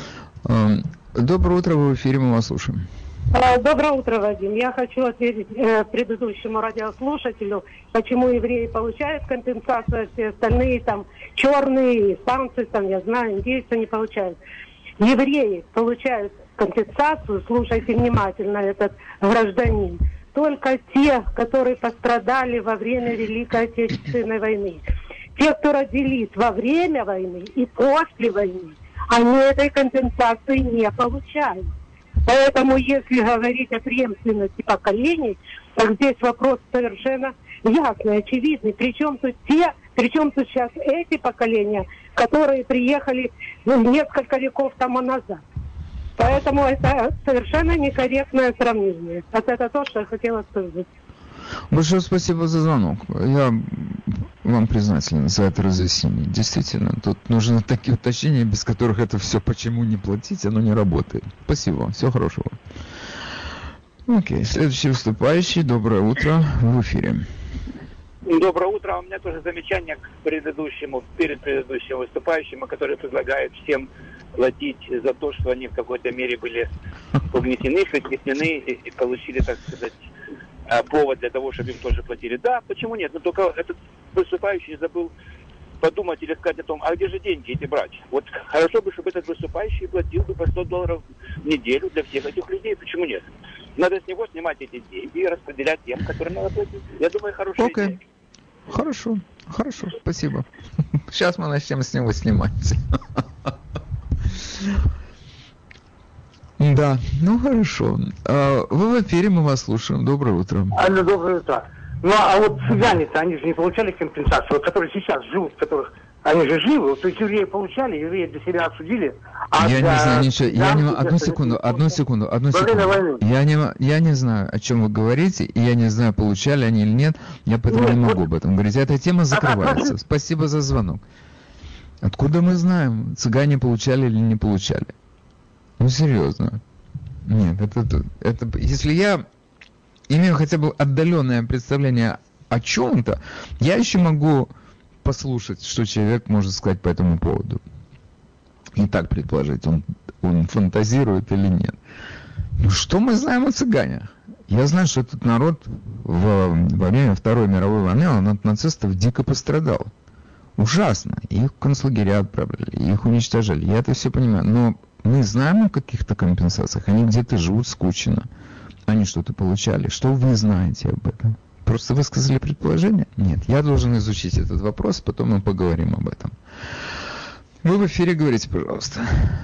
Доброе утро, вы в эфире, мы вас слушаем. Доброе утро, Вадим. Я хочу ответить предыдущему радиослушателю, почему евреи получают компенсацию, а все остальные там черные, испанцы, там, я знаю, индейцы не получают. Евреи получают компенсацию, слушайте внимательно, этот гражданин, только те, которые пострадали во время Великой Отечественной войны. Те, кто родились во время войны и после войны, они этой компенсации не получают. Поэтому, если говорить о преемственности поколений, то здесь вопрос совершенно ясный, очевидный. Причем тут сейчас эти поколения, которые приехали несколько веков тому назад. Поэтому это совершенно некорректное сравнение. Вот это то, что я хотела сказать. Большое спасибо за звонок. Я вам признателен за это разъяснение. Действительно, тут нужны такие уточнения, без которых это все почему не платить, оно не работает. Спасибо вам. Всего хорошего. Окей. Следующий выступающий. Доброе утро. Вы в эфире. Доброе утро. У меня тоже замечание к перед предыдущим выступающим, который предлагает всем платить за то, что они в какой-то мере были угнетены, притеснены и получили, так сказать, повод для того, чтобы им тоже платили. Да, почему нет? Но только этот выступающий забыл подумать или сказать о том, а где же деньги эти брать? Вот хорошо бы, чтобы этот выступающий платил бы по $100 в неделю для всех этих людей. Почему нет? Надо с него снимать эти деньги и распределять тем, которым надо платить. Я думаю, хорошая идея. Хорошо, спасибо. Сейчас мы начнем с него снимать. Да, ну хорошо. Вы в эфире, мы вас слушаем. Доброе утро. Алло, доброе утро. Ну, а вот цыгане-то, они же не получали компенсацию, вот, которые сейчас живут, которых они же живы, вот, то есть евреи получали, евреи для себя осудили. А я не знаю ничего, одну секунду. Я не знаю, о чем вы говорите, и я не знаю, получали они или нет, я поэтому не могу об этом говорить. Эта тема закрывается. Спасибо за звонок. Откуда мы знаем, цыгане получали или не получали? Ну, серьезно. Нет, это если я имею хотя бы отдаленное представление о чем-то, я еще могу послушать, что человек может сказать по этому поводу. И так предположить, он фантазирует или нет. Ну, что мы знаем о цыганях? Я знаю, что этот народ во время Второй мировой войны, он от нацистов дико пострадал. Ужасно. Их в концлагеря отправляли, их уничтожали. Я это все понимаю. Но мы знаем о каких-то компенсациях. Они где-то живут скучно. Они что-то получали. Что вы знаете об этом? Просто высказали предположение? Нет. Я должен изучить этот вопрос, потом мы поговорим об этом. Вы в эфире, говорите, пожалуйста.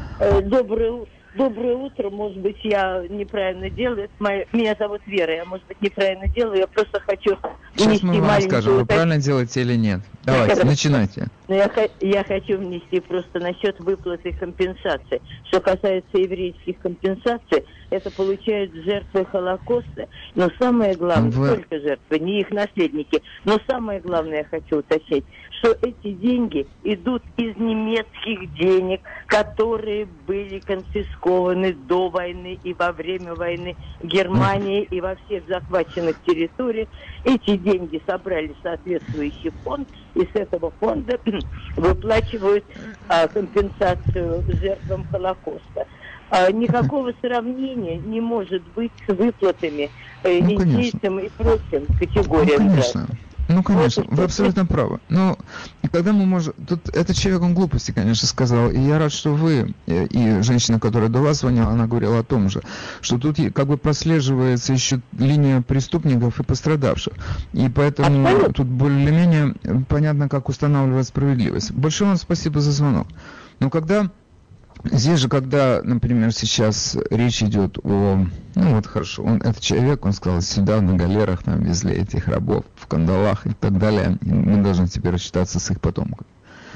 Доброе утро. Может быть, я неправильно делаю. Меня зовут Вера. Я, может быть, неправильно делаю. Я просто хочу Сейчас мы вам скажем, вы правильно делаете или нет. Давайте, начинайте. Я хочу внести просто насчет выплаты компенсации. Что касается еврейских компенсаций, это получают жертвы Холокоста. Но самое главное, только жертвы, не их наследники. Но самое главное я хочу уточнить, что эти деньги идут из немецких денег, которые были конфискованы до войны и во время войны в Германии и во всех захваченных территориях. Эти деньги собрали соответствующий фонд, и с этого фонда выплачивают компенсацию жертвам Холокоста. Никакого сравнения не может быть с выплатами индейцам и прочим категориям. Конечно, вы абсолютно правы. Но когда мы можем... Тут этот человек, он глупости, конечно, сказал. И я рад, что вы, и женщина, которая до вас звонила, она говорила о том же, что тут как бы прослеживается еще линия преступников и пострадавших. И поэтому тут более-менее понятно, как устанавливать справедливость. Большое вам спасибо за звонок. Но когда... Здесь же, когда, например, сейчас речь идет о... хорошо, этот человек, он сказал, сюда на галерах нам везли этих рабов в кандалах и так далее. И мы должны теперь рассчитаться с их потомками.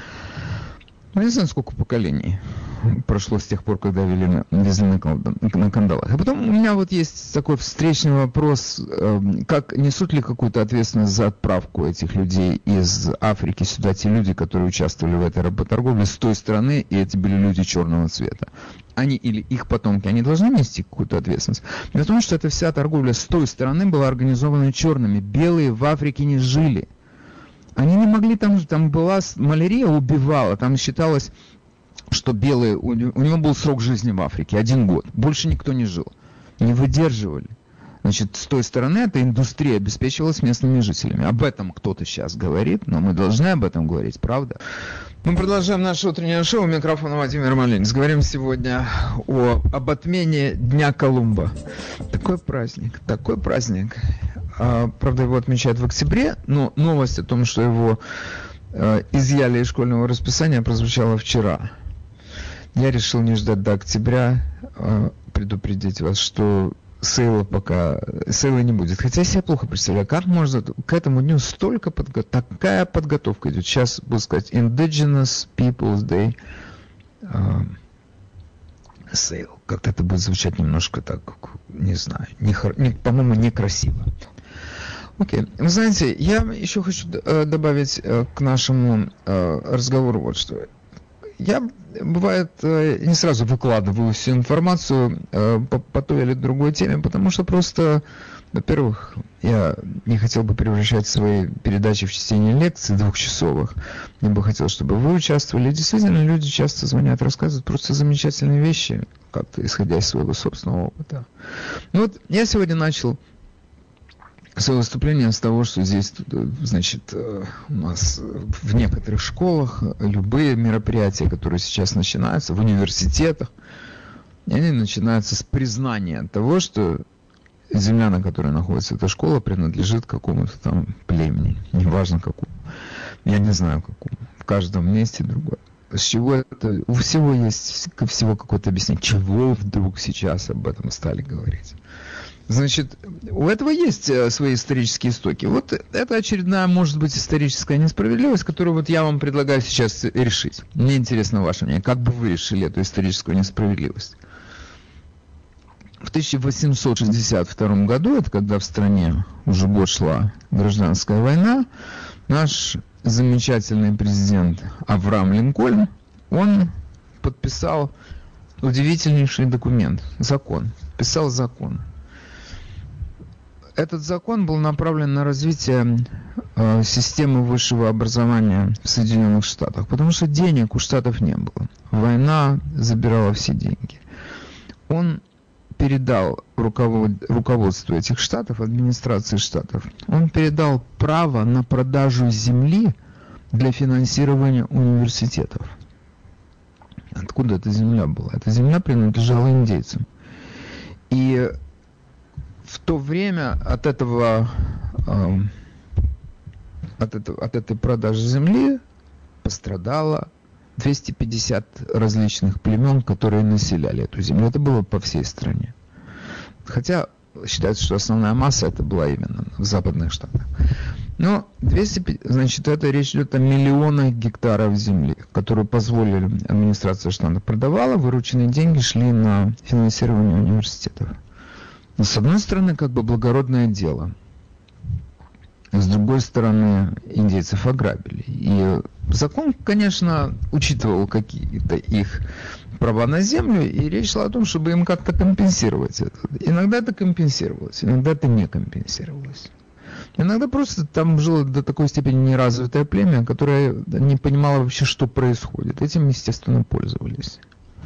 Я не знаю, сколько поколений прошло с тех пор, когда везли на кандалах. А потом у меня вот есть такой встречный вопрос, как несут ли какую-то ответственность за отправку этих людей из Африки сюда, те люди, которые участвовали в этой работорговле с той стороны, и эти были люди черного цвета. Они или их потомки, они должны нести какую-то ответственность. Дело в том, что эта вся торговля с той стороны была организована черными. Белые в Африке не жили. Они не могли, там была малярия, убивала, там считалось, что белые, у него был срок жизни в Африке, 1 год, больше никто не жил, не выдерживали. Значит, с той стороны эта индустрия обеспечивалась местными жителями. Об этом кто-то сейчас говорит, но мы должны об этом говорить, правда? Мы продолжаем наше утреннее шоу. У микрофона Владимир Малинец. Говорим сегодня об отмене Дня Колумба. Такой праздник. Правда, его отмечают в октябре, но новость о том, что его изъяли из школьного расписания, прозвучала вчера. Я решил не ждать до октября, предупредить вас, что сейла не будет. Хотя я себе плохо представляю, как можно к этому дню такая подготовка идет. Сейчас, буду сказать, Indigenous Peoples Day Sale. Как-то это будет звучать немножко так, не знаю, по-моему, некрасиво. Окей. Вы знаете, я еще хочу добавить к нашему разговору вот что. Я, бывает, не сразу выкладываю всю информацию по той или другой теме, потому что просто, во-первых, я не хотел бы превращать свои передачи в чтение лекций 2-часовых. Я бы хотел, чтобы вы участвовали. И действительно, люди часто звонят, рассказывают просто замечательные вещи, как-то исходя из своего собственного опыта. Вот я сегодня начал свое выступление с того, что здесь, значит, у нас в некоторых школах любые мероприятия, которые сейчас начинаются, в университетах, они начинаются с признания того, что земля, на которой находится эта школа, принадлежит какому-то там племени, неважно какому. Я не знаю какому. В каждом месте другое. С чего это? У всего есть какое-то объяснение. Чего вдруг сейчас об этом стали говорить? Значит, у этого есть свои исторические истоки. Вот это очередная, может быть, историческая несправедливость, которую вот я вам предлагаю сейчас решить. Мне интересно ваше мнение. Как бы вы решили эту историческую несправедливость? В 1862 году, это когда в стране уже год шла гражданская война, наш замечательный президент Авраам Линкольн, он подписал удивительнейший документ, закон, писал закон. Этот закон был направлен на развитие системы высшего образования в Соединенных Штатах, потому что денег у Штатов не было. Война забирала все деньги. Он передал руководству этих штатов, администрации штатов, он передал право на продажу земли для финансирования университетов. Откуда эта земля была? Эта земля принадлежала индейцам. И в то время от этой продажи земли пострадала 250 различных племен, которые населяли эту землю. Это было по всей стране. Хотя считается, что основная масса это была именно в западных штатах. Но 200, значит, это речь идет о миллионах гектаров земли, которые позволили, администрация штата продавала, вырученные деньги шли на финансирование университетов. Но с одной стороны, как бы благородное дело. С другой стороны, индейцев ограбили. И закон, конечно, учитывал какие-то их права на землю, и речь шла о том, чтобы им как-то компенсировать это. Иногда это компенсировалось, иногда это не компенсировалось. Иногда просто там жило до такой степени неразвитое племя, которое не понимало вообще, что происходит. Этим, естественно, пользовались.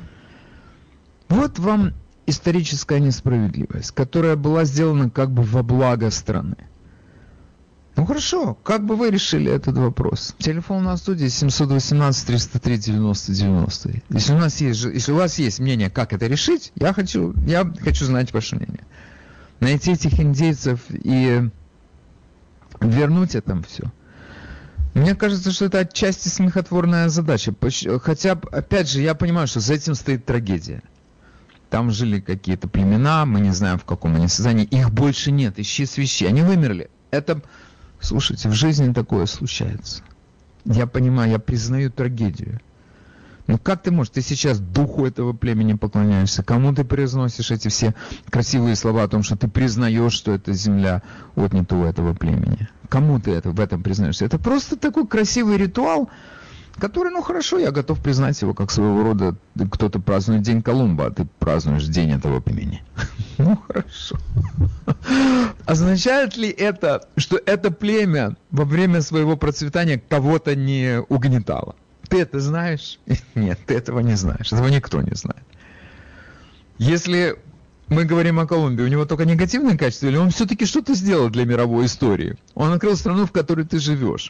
Вот вам историческая несправедливость, которая была сделана как бы во благо страны. Ну хорошо, как бы вы решили этот вопрос? Телефон на студии 718-303-90-90. Если у вас есть мнение, как это решить, я хочу знать ваше мнение. Найти этих индейцев и вернуть это все. Мне кажется, что это отчасти смехотворная задача. Хотя, опять же, я понимаю, что за этим стоит трагедия. Там жили какие-то племена, мы не знаем, в каком они сознании. Их больше нет, исчез свищи, они вымерли. Это, слушайте, в жизни такое случается. Я понимаю, я признаю трагедию. Ну как ты можешь, ты сейчас духу этого племени поклоняешься, кому ты произносишь эти все красивые слова о том, что ты признаешь, что эта земля отнята у этого племени? Кому ты в этом признаешься? Это просто такой красивый ритуал, который, ну хорошо, я готов признать его как своего рода, кто-то празднует День Колумба, а ты празднуешь День этого племени. Ну хорошо. Означает ли это, что это племя во время своего процветания кого-то не угнетало? Ты это знаешь? Нет, ты этого не знаешь. Этого никто не знает. Если мы говорим о Колумбии, у него только негативные качества, или он все-таки что-то сделал для мировой истории? Он открыл страну, в которой ты живешь.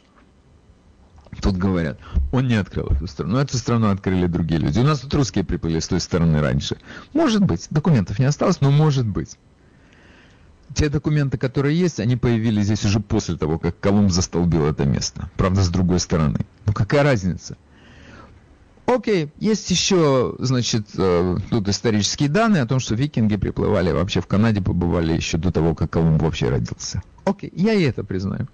Тут говорят, он не открыл эту страну. Эту страну открыли другие люди. У нас тут русские приплыли с той стороны раньше. Может быть. Документов не осталось, но может быть. Те документы, которые есть, они появились здесь уже после того, как Колумб застолбил это место. Правда, с другой стороны. Ну какая разница? Окей, есть еще, значит, тут исторические данные о том, что викинги приплывали вообще в Канаде, побывали еще до того, как Колумб вообще родился. Окей, я и это признаю.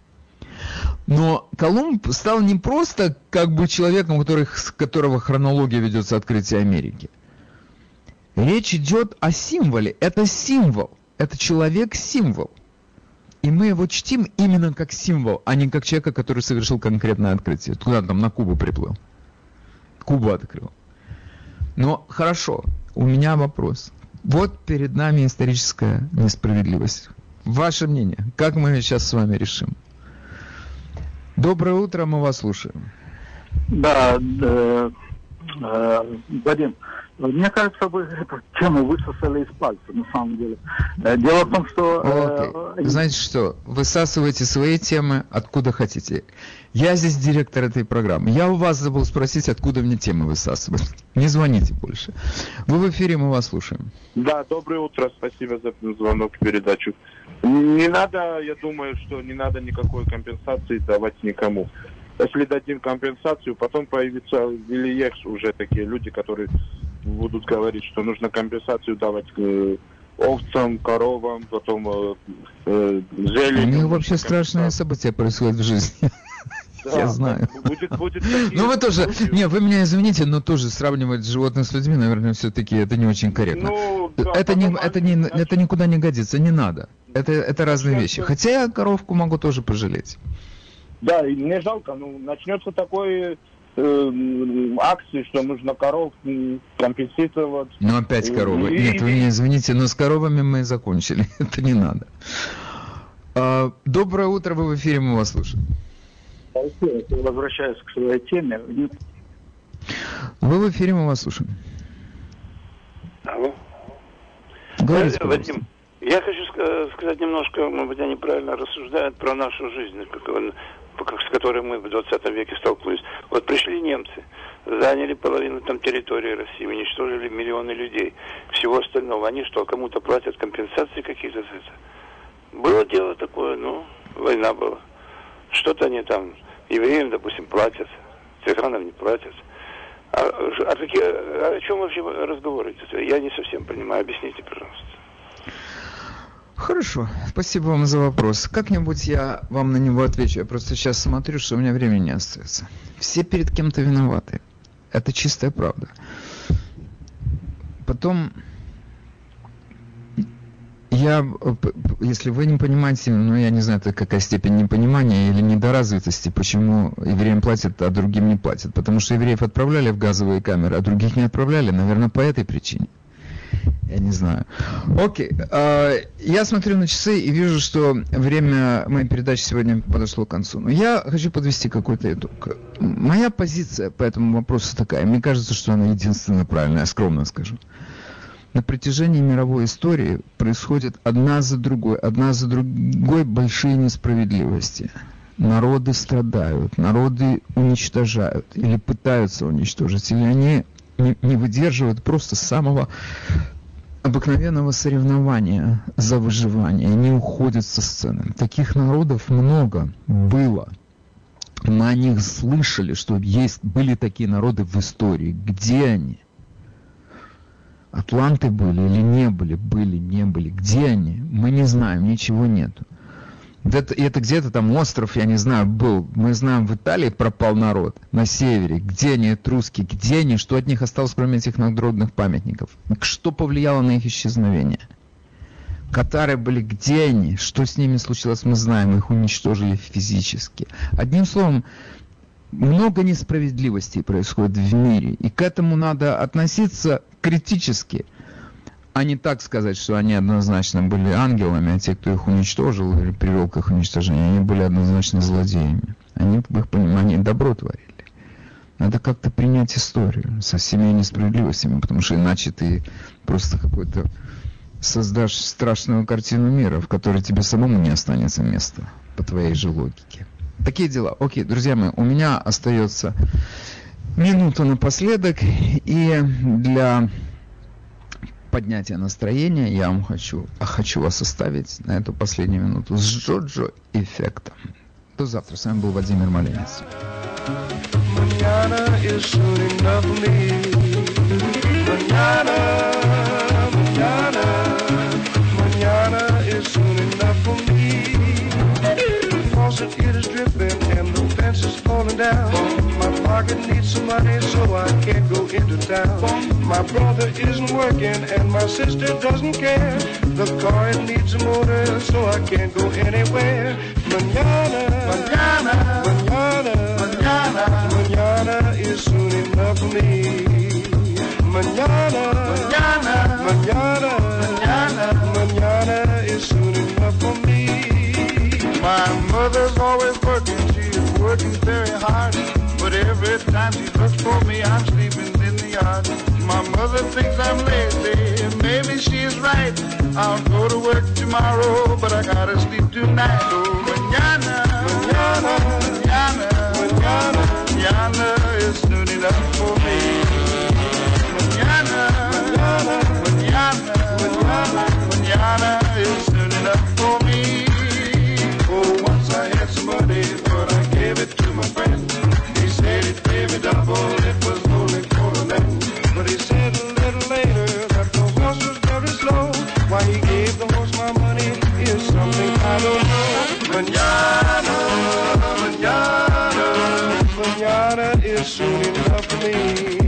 Но Колумб стал не просто как бы человеком, с которого хронология ведется открытие Америки. Речь идет о символе. Это символ. Это человек-символ. И мы его чтим именно как символ, а не как человека, который совершил конкретное открытие. Куда там на Кубу приплыл? Кубу открыл. Но хорошо, у меня вопрос. Вот перед нами историческая несправедливость. Ваше мнение, как мы сейчас с вами решим? Доброе утро, мы вас слушаем. Да, Вадим, мне кажется, вы эту тему высосали из пальца, на самом деле. Дело в том, что... Знаете что, высасывайте свои темы откуда хотите. Я здесь директор этой программы. Я у вас забыл спросить, откуда мне темы высасывать. Не звоните больше. Вы в эфире, мы вас слушаем. Да, доброе утро, спасибо за звонок в передачу. Не надо, я думаю, что не надо никакой компенсации давать никому. Если дадим компенсацию, потом появится или есть уже такие люди, которые будут говорить, что нужно компенсацию давать овцам, коровам, потом зелень. У них вообще страшные события происходят в жизни. Да, я знаю. Ну вы тоже, не, вы меня извините, но тоже сравнивать животных с людьми, наверное, все-таки это не очень корректно. Ну, да, это никуда не годится, не надо. Это разные вещи. Хотя я коровку могу тоже пожалеть. Да, и мне жалко, начнется такой акции, что нужно коров компенсировать. Ну опять коровы. Нет, вы меня извините, но с коровами мы закончили. Это не надо. Доброе утро, вы в эфире, мы вас слушаем. Возвращаясь к своей теме. Вы в эфире, мы вас слушаем. Алло. Говорите, Вадим, я хочу сказать немножко, может быть, они правильно рассуждают про нашу жизнь, с которой мы в 20 веке столкнулись. Вот пришли немцы, заняли половину там территории России, уничтожили миллионы людей, всего остального. Они что, кому-то платят компенсации какие-то за это? Было дело такое, война была. Что-то они там, евреям, допустим, платят, цыганам не платят. О чем вообще разговор идет? Я не совсем понимаю. Объясните, пожалуйста. Хорошо, спасибо вам за вопрос. Как-нибудь я вам на него отвечу. Я просто сейчас смотрю, что у меня времени не остается. Все перед кем-то виноваты. Это чистая правда. Потом, если вы не понимаете, я не знаю, это какая степень непонимания или недоразвитости, почему евреям платят, а другим не платят. Потому что евреев отправляли в газовые камеры, а других не отправляли. Наверное, по этой причине. Я не знаю. Окей. Я смотрю на часы и вижу, что время моей передачи сегодня подошло к концу. Но я хочу подвести какой-то итог. Моя позиция по этому вопросу такая. Мне кажется, что она единственно правильная, я скромно скажу. На протяжении мировой истории происходят одна за другой большие несправедливости. Народы страдают, народы уничтожают или пытаются уничтожить, или они не выдерживают просто самого обыкновенного соревнования за выживание, не уходят со сцены. Таких народов много было. Мы о них слышали, что были такие народы в истории. Где они? Атланты были или не были? Были, не были. Где они? Мы не знаем, ничего нету. Это где-то там остров, я не знаю, был. Мы знаем, в Италии пропал народ, на севере. Где они, этрусские? Где они? Что от них осталось, кроме этих народных памятников? Что повлияло на их исчезновение? Катары были, где они? Что с ними случилось, мы знаем. Их уничтожили физически. Одним словом, много несправедливостей происходит в мире. И к этому надо относиться критически. А не так сказать, что они однозначно были ангелами, а те, кто их уничтожил или привел к их уничтожению, они были однозначно злодеями. Они, в их понимании, добро творили. Надо как-то принять историю со всеми несправедливостями, потому что иначе ты просто какой-то создашь страшную картину мира, в которой тебе самому не останется места по твоей же логике. Такие дела. Окей, друзья мои, у меня остается минута напоследок, и для поднятия настроения я вам хочу вас оставить на эту последнюю минуту с Джоджо эффектом. До завтра. С вами был Владимир Малинец. It is dripping and the fence is falling down. My pocket needs some money so I can't go into town. My brother isn't working and my sister doesn't care. The car it needs a motor so I can't go anywhere. Mañana, mañana, mañana, mañana, mañana is soon enough for me. Mañana, mañana, mañana, mañana, mañana is soon enough for me. My mother's always working, she's working very hard. But every time she looks for me, I'm sleeping in the yard. My mother thinks I'm lazy, maybe she's right. I'll go to work tomorrow, but I gotta sleep tonight. Oh, mañana, mañana, mañana, mañana, mañana is soon enough for me. Mañana, mañana, mañana, mañana, mañana is soon enough for me. Money, but I gave it to my friend. He said he'd pay me double, it was only for a man. But he said a little later that the horse was very slow. Why he gave the horse my money is something I don't know. Mañana, mañana, mañana is soon enough for me.